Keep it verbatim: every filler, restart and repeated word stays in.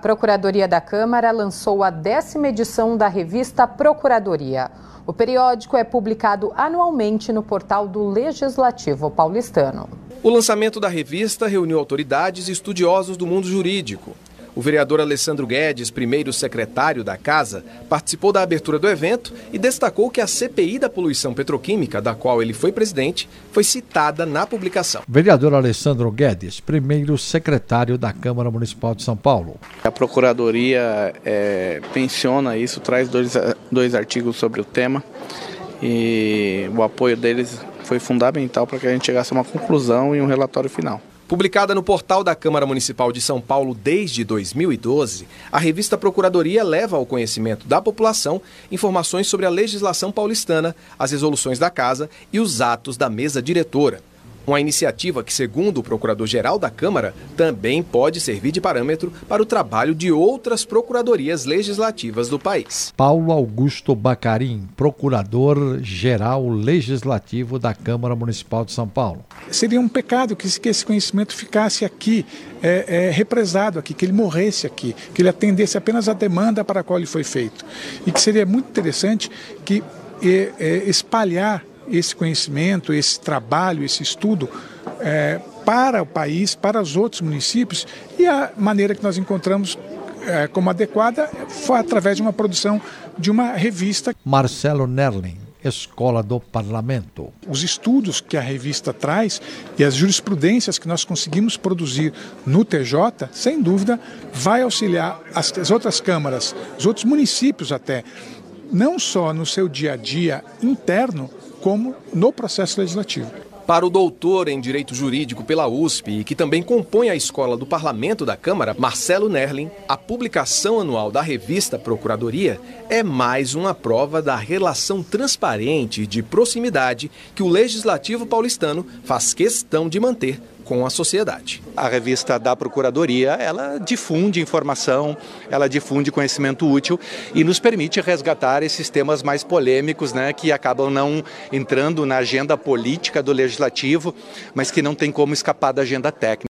Procuradoria da Câmara lançou a décima edição da revista Procuradoria. O periódico é publicado anualmente no portal do Legislativo paulistano. O lançamento da revista reuniu autoridades e estudiosos do mundo jurídico. O vereador Alessandro Guedes, primeiro secretário da Casa, participou da abertura do evento e destacou que a C P I da poluição petroquímica, da qual ele foi presidente, foi citada na publicação. Vereador Alessandro Guedes, primeiro secretário da Câmara Municipal de São Paulo. A Procuradoria é, menciona isso, traz dois, dois artigos sobre o tema e o apoio deles foi fundamental para que a gente chegasse a uma conclusão e um relatório final. Publicada no portal da Câmara Municipal de São Paulo desde dois mil e doze, a revista Procuradoria leva ao conhecimento da população informações sobre a legislação paulistana, as resoluções da Casa e os atos da mesa diretora. Uma iniciativa que, segundo o Procurador-Geral da Câmara, também pode servir de parâmetro para o trabalho de outras procuradorias legislativas do país. Paulo Augusto Bacarim, Procurador-Geral Legislativo da Câmara Municipal de São Paulo. Seria um pecado que esse conhecimento ficasse aqui, é, é, represado aqui, que ele morresse aqui, que ele atendesse apenas à demanda para a qual ele foi feito. E que seria muito interessante que é, é, espalhar esse conhecimento, esse trabalho, esse estudo é, para o país, para os outros municípios, e a maneira que nós encontramos é, como adequada foi através de uma produção de uma revista. Marcelo Nerlin, Escola do Parlamento. Os estudos que a revista traz e as jurisprudências que nós conseguimos produzir no T J, sem dúvida, vai auxiliar as, as outras câmaras, os outros municípios até, não só no seu dia a dia interno, como no processo legislativo. Para o doutor em Direito Jurídico pela U S P e que também compõe a Escola do Parlamento da Câmara, Marcelo Nerlin, a publicação anual da revista Procuradoria é mais uma prova da relação transparente e de proximidade que o Legislativo paulistano faz questão de manter com a sociedade. A revista da Procuradoria, ela difunde informação, ela difunde conhecimento útil e nos permite resgatar esses temas mais polêmicos, né, que acabam não entrando na agenda política do Legislativo, mas que não tem como escapar da agenda técnica.